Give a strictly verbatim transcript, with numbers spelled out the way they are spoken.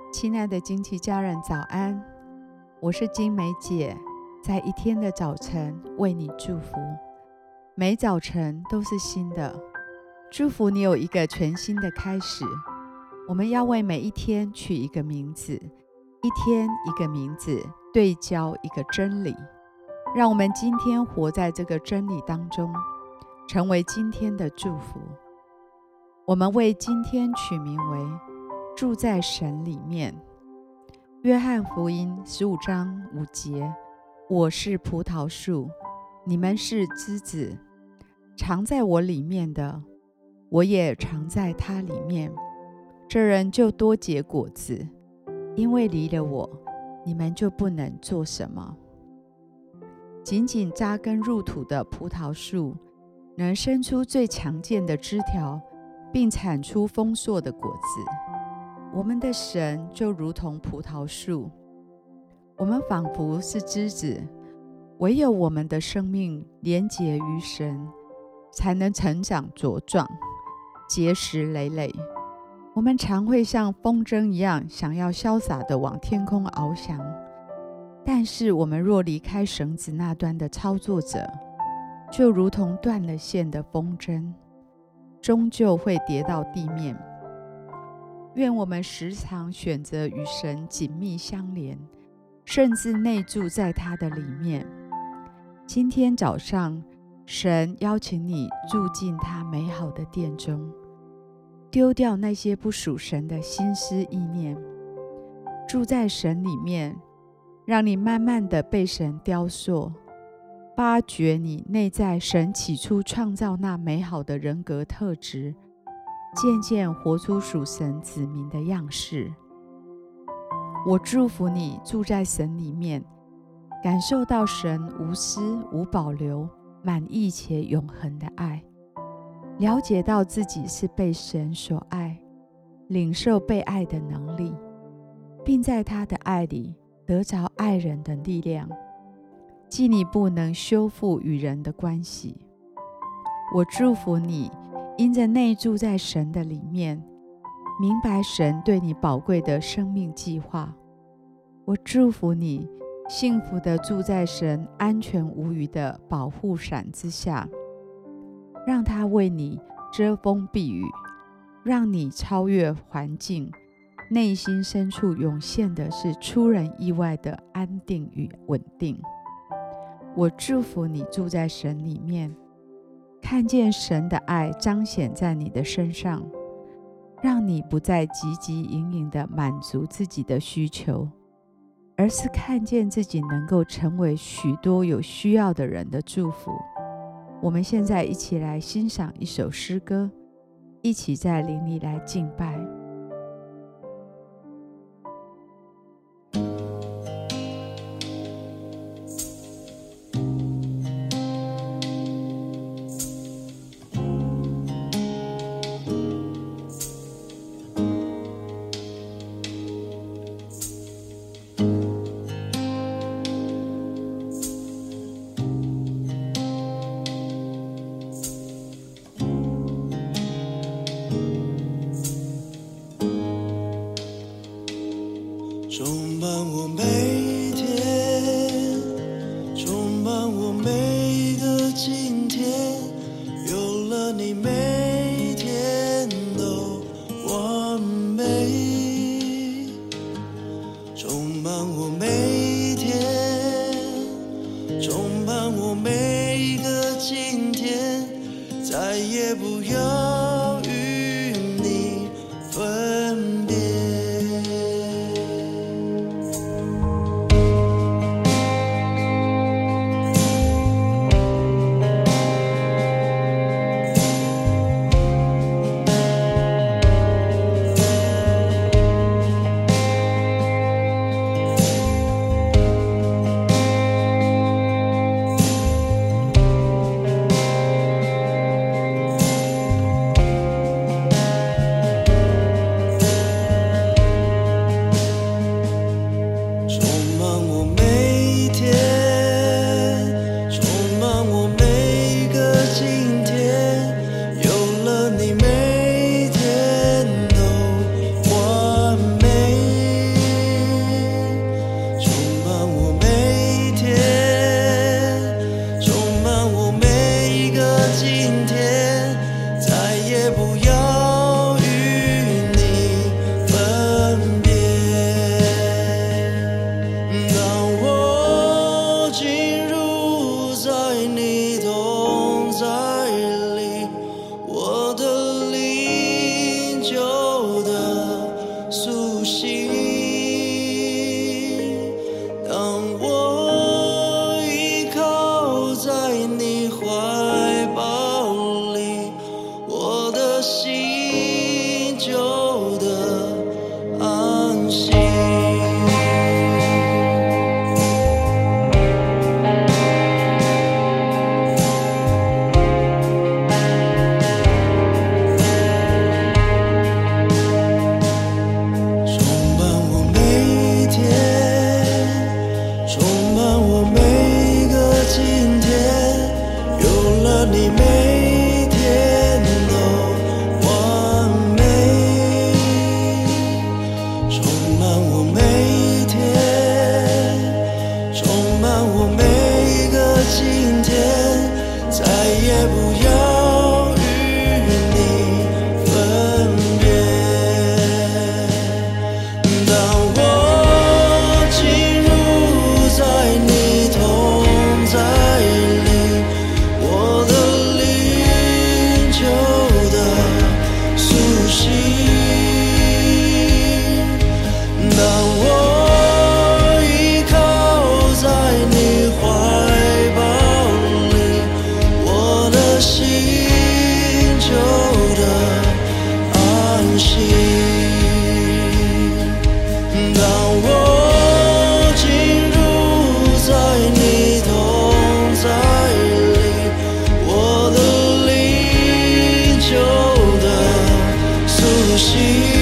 亲爱的经期家人早安，我是金梅姐，在一天的早晨为你祝福。每早晨都是新的，祝福你有一个全新的开始。我们要为每一天取一个名字，一天一个名字，对焦一个真理。让我们今天活在这个真理当中，成为今天的祝福。我们为今天取名为住在神里面。约翰福音十五章五节，我是葡萄树，你们是枝子，藏在我里面的，我也藏在他里面，这人就多结果子，因为离了我，你们就不能做什么。紧紧扎根入土的葡萄树，能生出最强健的枝条，并产出丰硕的果子。我们的神就如同葡萄树，我们仿佛是枝子，唯有我们的生命连结于神，才能成长茁壮，结实累累。我们常会像风筝一样，想要潇洒地往天空翱翔，但是我们若离开绳子那端的操作者，就如同断了线的风筝，终究会跌到地面。愿我们时常选择与神紧密相连，甚至内住在他的里面。今天早上，神邀请你住进他美好的殿中，丢掉那些不属神的心思意念，住在神里面，让你慢慢地被神雕塑，发掘你内在神起初创造那美好的人格特质，渐渐活出属神子民的样式。我祝福你住在神里面，感受到神无私无保留、满意且永恒的爱，了解到自己是被神所爱，领受被爱的能力，并在他的爱里得着爱人的力量，进一步能修复与人的关系。我祝福你因着内住在神的里面，明白神对你宝贵的生命计划。我祝福你幸福地住在神安全无虞的保护伞之下，让他为你遮风避雨，让你超越环境，内心深处涌现的是出人意外的安定与稳定。我祝福你住在神里面，看见神的爱彰显在你的身上，让你不再汲汲营营地满足自己的需求，而是看见自己能够成为许多有需要的人的祝福。我们现在一起来欣赏一首诗歌，一起在灵里来敬拜。 心。